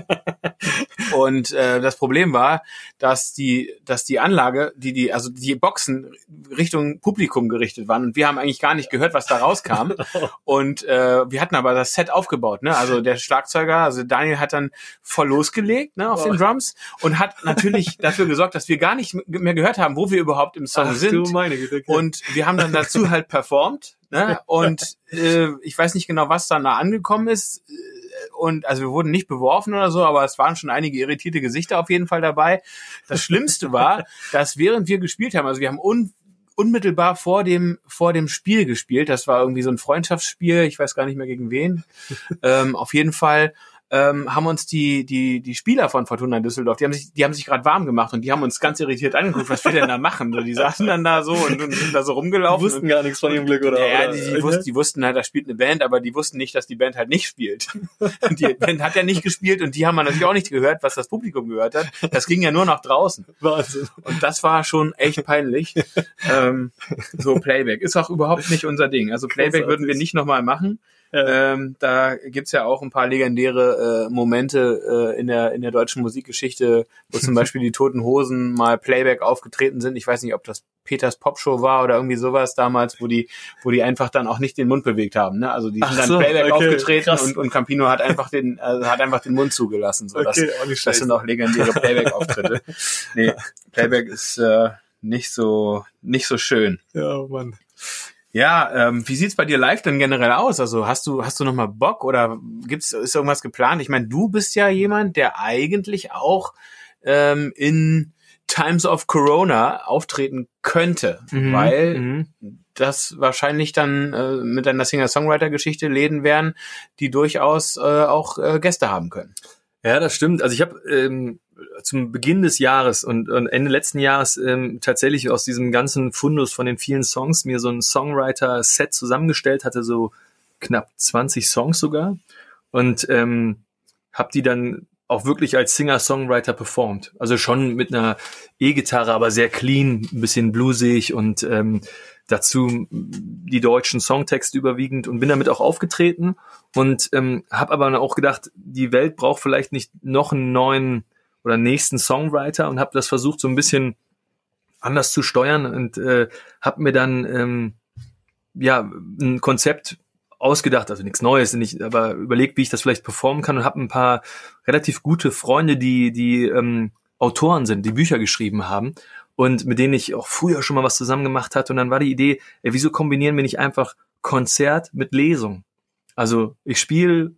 Und das Problem war, dass die Anlage, also die Boxen Richtung Publikum gerichtet waren und wir haben eigentlich gar nicht gehört, was da rauskam. Und wir hatten aber das Set aufgebaut, ne? Also der Schlagzeuger, also Daniel hat dann voll losgelegt, ne, auf den Drums und hat natürlich dafür gesorgt, dass wir gar nicht mehr gehört haben, wo wir überhaupt im Song sind. Du meine Güte. Und wir haben dann dazu halt performt, ne? Und ich weiß nicht genau, was dann da angekommen ist. Und also wir wurden nicht beworfen oder so, aber es waren schon einige irritierte Gesichter auf jeden Fall dabei. Das Schlimmste war, dass während wir gespielt haben, also wir haben unmittelbar vor dem Spiel gespielt, das war irgendwie so ein Freundschaftsspiel, ich weiß gar nicht mehr gegen wen. Auf jeden Fall haben uns die Spieler von Fortuna Düsseldorf, die haben sich gerade warm gemacht und die haben uns ganz irritiert angeguckt, was wir denn da machen. So, die saßen dann da so und sind da so rumgelaufen. Die wussten gar nichts von ihrem Glück, oder? Ja, die wussten halt, da spielt eine Band, aber die wussten nicht, dass die Band halt nicht spielt. Die Band hat ja nicht gespielt und die haben natürlich auch nicht gehört, was das Publikum gehört hat. Das ging ja nur nach draußen. Wahnsinn. Und das war schon echt peinlich. So Playback ist auch überhaupt nicht unser Ding. Also Playback würden wir nicht nochmal machen. Ja. Da gibt's ja auch ein paar legendäre Momente in der deutschen Musikgeschichte, wo zum Beispiel die Toten Hosen mal Playback aufgetreten sind. Ich weiß nicht, ob das Peters Popshow war oder irgendwie sowas damals, wo die einfach dann auch nicht den Mund bewegt haben. Ne? Also die sind dann Playback aufgetreten und Campino hat einfach den Mund zugelassen. So, das sind auch legendäre Playback-Auftritte. Nee, Playback ist nicht so schön. Ja, Mann. Ja, wie sieht's bei dir live denn generell aus? Also hast du noch mal Bock oder ist irgendwas geplant? Ich meine, du bist ja jemand, der eigentlich auch in Times of Corona auftreten könnte, weil das wahrscheinlich dann mit deiner Singer-Songwriter-Geschichte Läden wären, die durchaus auch Gäste haben können. Ja, das stimmt. Also ich habe zum Beginn des Jahres und Ende letzten Jahres tatsächlich aus diesem ganzen Fundus von den vielen Songs mir so ein Songwriter-Set zusammengestellt, hatte so knapp 20 Songs sogar und habe die dann auch wirklich als Singer-Songwriter performt. Also schon mit einer E-Gitarre, aber sehr clean, ein bisschen bluesig und dazu die deutschen Songtexte überwiegend und bin damit auch aufgetreten und habe aber auch gedacht, die Welt braucht vielleicht nicht noch einen neuen oder nächsten Songwriter und habe das versucht so ein bisschen anders zu steuern und habe mir dann ein Konzept ausgedacht, also nichts Neues, aber überlegt, wie ich das vielleicht performen kann und habe ein paar relativ gute Freunde, die Autoren sind, die Bücher geschrieben haben und mit denen ich auch früher schon mal was zusammen gemacht hatte und dann war die Idee, wieso kombinieren wir nicht einfach Konzert mit Lesung? Also ich spiele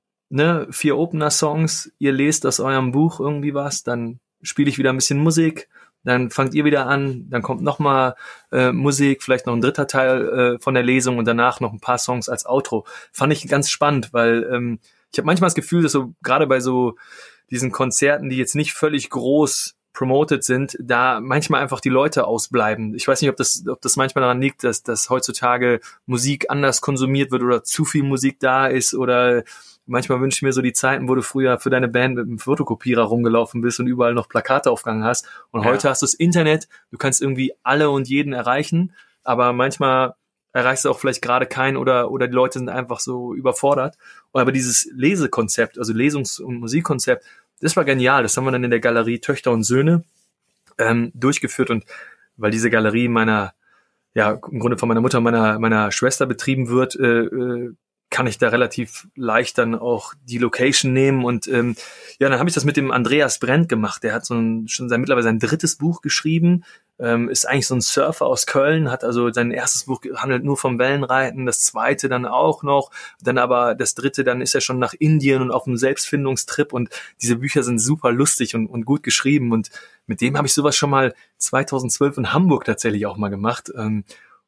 4 Opener-Songs, ihr lest aus eurem Buch irgendwie was, dann spiele ich wieder ein bisschen Musik, dann fangt ihr wieder an, dann kommt nochmal Musik, vielleicht noch ein dritter Teil von der Lesung und danach noch ein paar Songs als Outro. Fand ich ganz spannend, weil ich habe manchmal das Gefühl, dass so gerade bei so diesen Konzerten, die jetzt nicht völlig groß promoted sind, da manchmal einfach die Leute ausbleiben. Ich weiß nicht, ob das manchmal daran liegt, dass heutzutage Musik anders konsumiert wird oder zu viel Musik da ist oder manchmal wünsche ich mir so die Zeiten, wo du früher für deine Band mit einem Fotokopierer rumgelaufen bist und überall noch Plakate aufgegangen hast. Und heute hast du das Internet, du kannst irgendwie alle und jeden erreichen, aber manchmal erreichst du auch vielleicht gerade keinen oder die Leute sind einfach so überfordert. Aber dieses Lesekonzept, also Lesungs- und Musikkonzept, das war genial. Das haben wir dann in der Galerie Töchter und Söhne durchgeführt und weil diese Galerie im Grunde von meiner Mutter und meiner Schwester betrieben wird, kann ich da relativ leicht dann auch die Location nehmen und dann habe ich das mit dem Andreas Brent gemacht. Der hat mittlerweile sein 3. Buch geschrieben, ist eigentlich so ein Surfer aus Köln, hat also sein erstes Buch handelt nur vom Wellenreiten, das 2. dann auch noch, dann aber das 3. dann ist er schon nach Indien und auf einem Selbstfindungstrip und diese Bücher sind super lustig und gut geschrieben und mit dem habe ich sowas schon mal 2012 in Hamburg tatsächlich auch mal gemacht. Und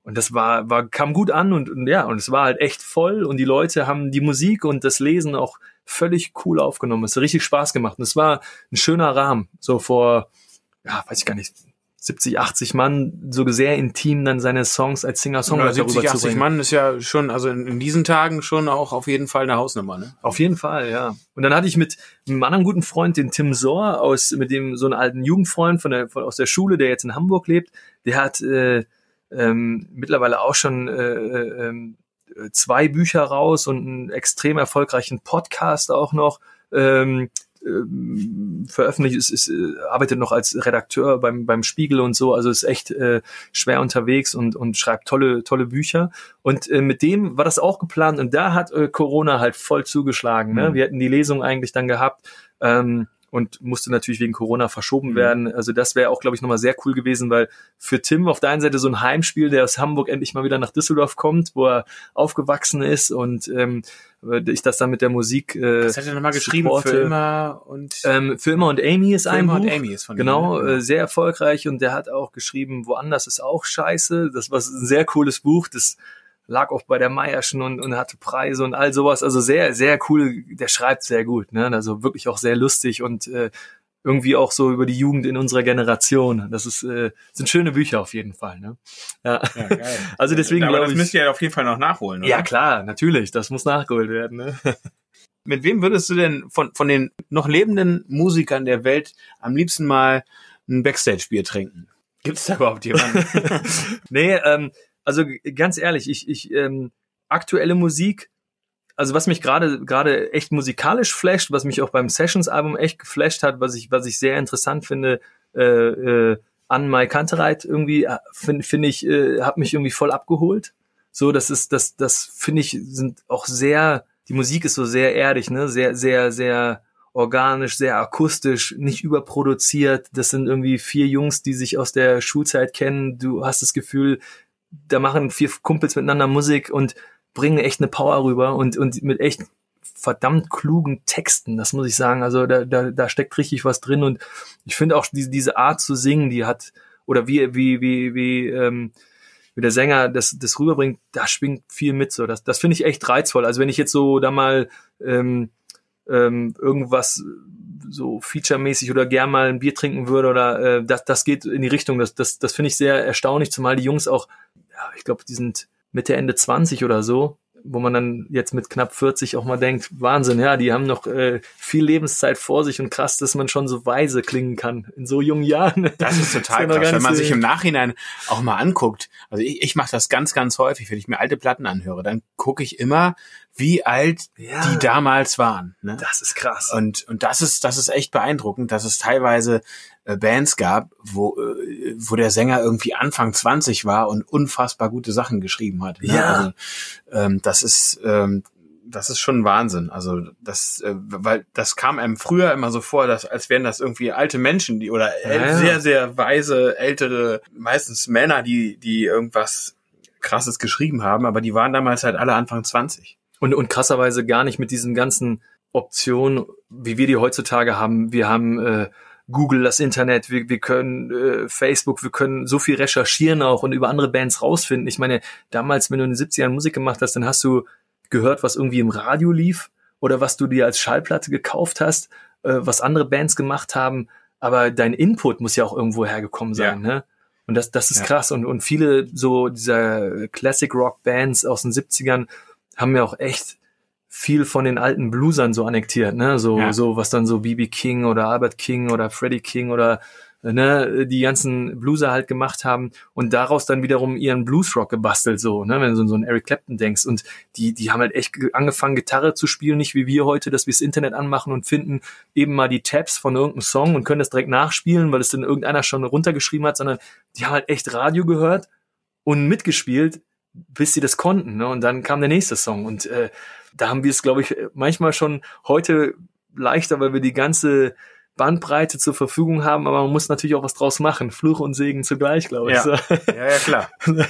Und das kam gut an und es war halt echt voll und die Leute haben die Musik und das Lesen auch völlig cool aufgenommen. Es hat richtig Spaß gemacht und es war ein schöner Rahmen, so vor, weiß ich gar nicht, 70, 80 Mann, so sehr intim dann seine Songs als Singer-Songwriter 70, rüberzubringen. 80 Mann ist ja schon, also in diesen Tagen schon auch auf jeden Fall eine Hausnummer, ne? Auf jeden Fall, ja. Und dann hatte ich mit einem anderen guten Freund, den Tim Sohr, mit dem so einen alten Jugendfreund aus der Schule, der jetzt in Hamburg lebt, der hat mittlerweile auch schon 2 Bücher raus und einen extrem erfolgreichen Podcast auch noch veröffentlicht, arbeitet noch als Redakteur beim Spiegel und so, also ist echt schwer unterwegs und schreibt tolle Bücher. Und mit dem war das auch geplant und da hat Corona halt voll zugeschlagen. Ne? Wir hätten die Lesung eigentlich dann gehabt und musste natürlich wegen Corona verschoben werden. Also das wäre auch, glaube ich, nochmal sehr cool gewesen, weil für Tim auf der einen Seite so ein Heimspiel, der aus Hamburg endlich mal wieder nach Düsseldorf kommt, wo er aufgewachsen ist und ich das dann mit der Musik das hat er nochmal geschrieben, Für immer und Amy ist ein Buch. Für immer und Amy ist von genau, ihm, sehr erfolgreich und der hat auch geschrieben, Woanders ist auch scheiße. Das war ein sehr cooles Buch, das lag auch bei der Meierschen und hatte Preise und all sowas. Also sehr, sehr cool. Der schreibt sehr gut, ne? Also wirklich auch sehr lustig und irgendwie auch so über die Jugend in unserer Generation. Das sind schöne Bücher auf jeden Fall, ne? Ja, geil. Also deswegen aber glaube das ich. müsst ihr ja auf jeden Fall noch nachholen, oder? Ja, klar, natürlich. Das muss nachgeholt werden, ne? Mit wem würdest du denn von den noch lebenden Musikern der Welt am liebsten mal ein Backstage-Bier trinken? Gibt's da überhaupt jemanden? Nee, also ganz ehrlich, ich aktuelle Musik, also was mich gerade echt musikalisch flasht, was mich auch beim Sessions-Album echt geflasht hat, was ich sehr interessant finde, Anne-Mai Kantereit irgendwie, finde ich, hat mich irgendwie voll abgeholt. So, das finde ich, sind auch sehr, die Musik ist so sehr erdig, ne, sehr, sehr, sehr organisch, sehr akustisch, nicht überproduziert. Das sind irgendwie 4 Jungs, die sich aus der Schulzeit kennen. Du hast das Gefühl, da machen 4 Kumpels miteinander Musik und bringen echt eine Power rüber und mit echt verdammt klugen Texten, das muss ich sagen. Also da steckt richtig was drin und ich finde auch diese Art zu singen, die hat, oder wie der Sänger das rüberbringt, da schwingt viel mit so. Das finde ich echt reizvoll. Also wenn ich jetzt so da mal irgendwas so featuremäßig oder gern mal ein Bier trinken würde oder das geht in die Richtung, das finde ich sehr erstaunlich, zumal die Jungs auch, ja, ich glaube, die sind Mitte, Ende 20 oder so, wo man dann jetzt mit knapp 40 auch mal denkt, Wahnsinn, ja, die haben noch viel Lebenszeit vor sich und krass, dass man schon so weise klingen kann in so jungen Jahren. Das ist total krass, wenn man sich im Nachhinein auch mal anguckt. Also ich mache das ganz, ganz häufig, wenn ich mir alte Platten anhöre, dann gucke ich immer, wie alt die damals waren. Ne? Das ist krass. Und das ist echt beeindruckend, dass es teilweise Bands gab, wo der Sänger irgendwie Anfang 20 war und unfassbar gute Sachen geschrieben hat. Ne? Ja. Also, das ist schon Wahnsinn. Also weil das kam einem früher immer so vor, dass als wären das irgendwie alte Menschen, die oder sehr, sehr weise, ältere, meistens Männer, die irgendwas Krasses geschrieben haben, aber die waren damals halt alle Anfang 20. Und krasserweise gar nicht mit diesen ganzen Optionen, wie wir die heutzutage haben. Wir haben Google, das Internet, wir können Facebook, wir können so viel recherchieren auch und über andere Bands rausfinden. Ich meine, damals, wenn du in den 70ern Musik gemacht hast, dann hast du gehört, was irgendwie im Radio lief oder was du dir als Schallplatte gekauft hast, was andere Bands gemacht haben. Aber dein Input muss ja auch irgendwo hergekommen sein, ne? Und das ist krass. Und viele so dieser Classic Rock Bands aus den 70ern haben ja auch echt viel von den alten Bluesern so annektiert, ne? So was dann so B.B. King oder Albert King oder Freddie King oder ne, die ganzen Blueser halt gemacht haben und daraus dann wiederum ihren Bluesrock gebastelt, so, ne, wenn du so einen Eric Clapton denkst. Und die haben halt echt angefangen, Gitarre zu spielen, nicht wie wir heute, dass wir das Internet anmachen und finden eben mal die Tabs von irgendeinem Song und können das direkt nachspielen, weil es dann irgendeiner schon runtergeschrieben hat, sondern die haben halt echt Radio gehört und mitgespielt, bis sie das konnten, ne? Und dann kam der nächste Song und da haben wir es, glaube ich, manchmal schon heute leichter, weil wir die ganze Bandbreite zur Verfügung haben, aber man muss natürlich auch was draus machen. Fluch und Segen zugleich, glaube ich. Ja, ja, klar.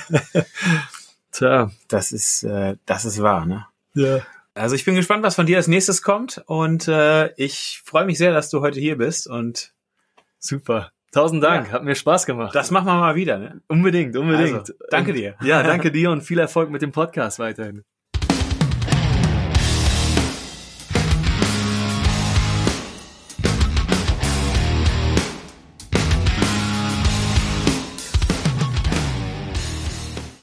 Tja. Das ist wahr, ne? Ja. Also ich bin gespannt, was von dir als nächstes kommt und ich freue mich sehr, dass du heute hier bist und super. 1000 Dank, Ja. hat mir Spaß gemacht. Das machen wir mal wieder, ne? Unbedingt. Also, danke dir. Ja, danke dir und viel Erfolg mit dem Podcast weiterhin.